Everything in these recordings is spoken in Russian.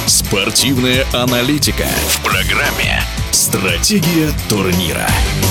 Спортивная аналитика в программе «Стратегия турнира».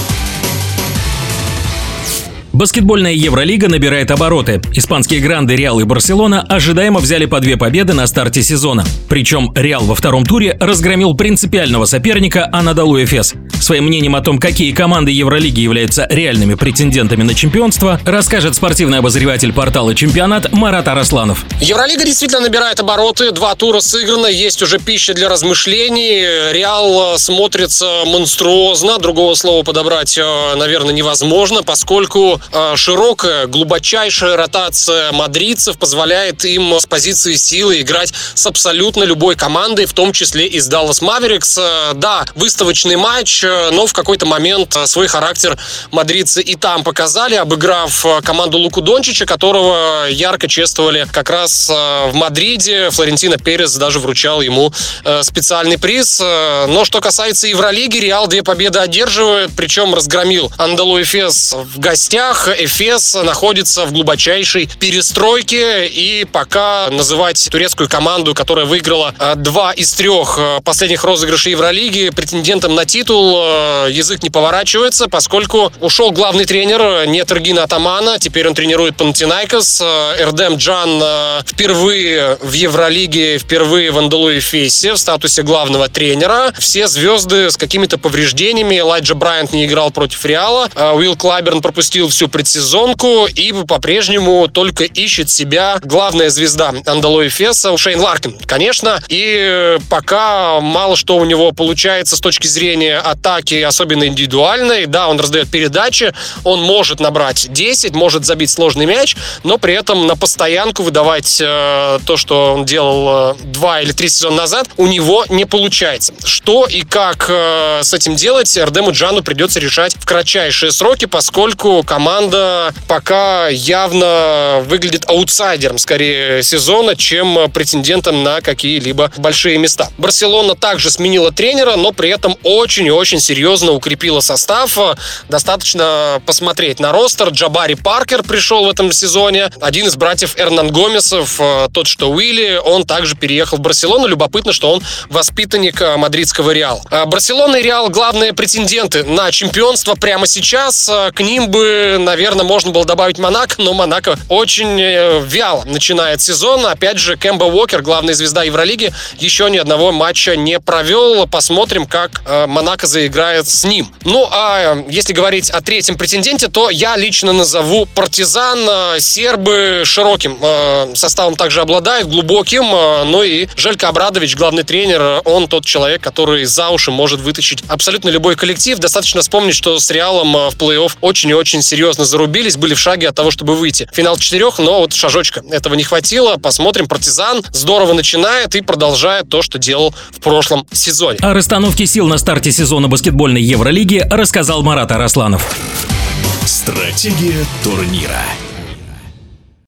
Баскетбольная Евролига набирает обороты. Испанские гранды Реал и Барселона ожидаемо взяли по 2 победы на старте сезона. Причем Реал во втором туре разгромил принципиального соперника Анадолу Эфес. Своим мнением о том, какие команды Евролиги являются реальными претендентами на чемпионство, расскажет спортивный обозреватель портала «Чемпионат» Марат Арасланов. Евролига действительно набирает обороты. 2 тура сыграно, есть уже пища для размышлений. Реал смотрится монструозно. Другого слова подобрать, наверное, невозможно, поскольку широкая, глубочайшая ротация мадридцев позволяет им с позиции силы играть с абсолютно любой командой, в том числе и с Dallas Mavericks. Да, выставочный матч, но в какой-то момент свой характер мадридцы и там показали, обыграв команду Луку Дончича, которого ярко чествовали как раз в Мадриде. Флорентино Перес даже вручал ему специальный приз. Но что касается Евролиги, Реал 2 победы одерживает, причем разгромил Анадолу Эфес в гостях. Эфес находится в глубочайшей перестройке, и пока называть турецкую команду, которая выиграла 2 из 3 последних розыгрышей Евролиги, претендентом на титул язык не поворачивается, поскольку ушел главный тренер, нет Эргина Атамана, теперь он тренирует Панатинайкос. Эрдем Джан впервые в Евролиге, впервые в Анадолу Эфесе в статусе главного тренера. Все звезды с какими-то повреждениями. Элайджа Брайант не играл против Реала, Уилл Клайберн пропустил всю предсезонку и по-прежнему только ищет себя главная звезда Анадолу Эфеса Шейн Ларкин, конечно. И пока мало что у него получается с точки зрения атаки, особенно индивидуальной. Да, он раздает передачи, он может набрать 10, может забить сложный мяч, но при этом на постоянку выдавать то, что он делал 2 или 3 сезона назад, у него не получается. Что и как с этим делать, Эрдему Джану придется решать в кратчайшие сроки, поскольку команда пока явно выглядит аутсайдером скорее сезона, чем претендентом на какие-либо большие места. Барселона также сменила тренера, но при этом очень и очень серьезно укрепила состав. Достаточно посмотреть на ростер. Джабари Паркер пришел в этом сезоне. Один из братьев Эрнан Гомесов, тот, что Уилли, он также переехал в Барселону. Любопытно, что он воспитанник мадридского Реала. Барселона и Реал — главные претенденты на чемпионство прямо сейчас. К ним бы, наверное, можно было добавить Монако, но Монако очень вяло начинает сезон. Опять же, Кемба Уокер, главная звезда Евролиги, еще ни одного матча не провел. Посмотрим, как Монако заиграет с ним. Ну, а если говорить о третьем претенденте, то я лично назову Партизан. Сербы широким составом также обладают, глубоким. Ну и Желько Обрадович, главный тренер, он тот человек, который за уши может вытащить абсолютно любой коллектив. Достаточно вспомнить, что с Реалом в плей-офф очень и очень серьезно зарубились, были в шаге от того, чтобы выйти в финал 4, но вот шажочка этого не хватило. Посмотрим. Партизан здорово начинает и продолжает то, что делал в прошлом сезоне. О расстановке сил на старте сезона баскетбольной Евролиги рассказал Марат Арасланов. Стратегия турнира.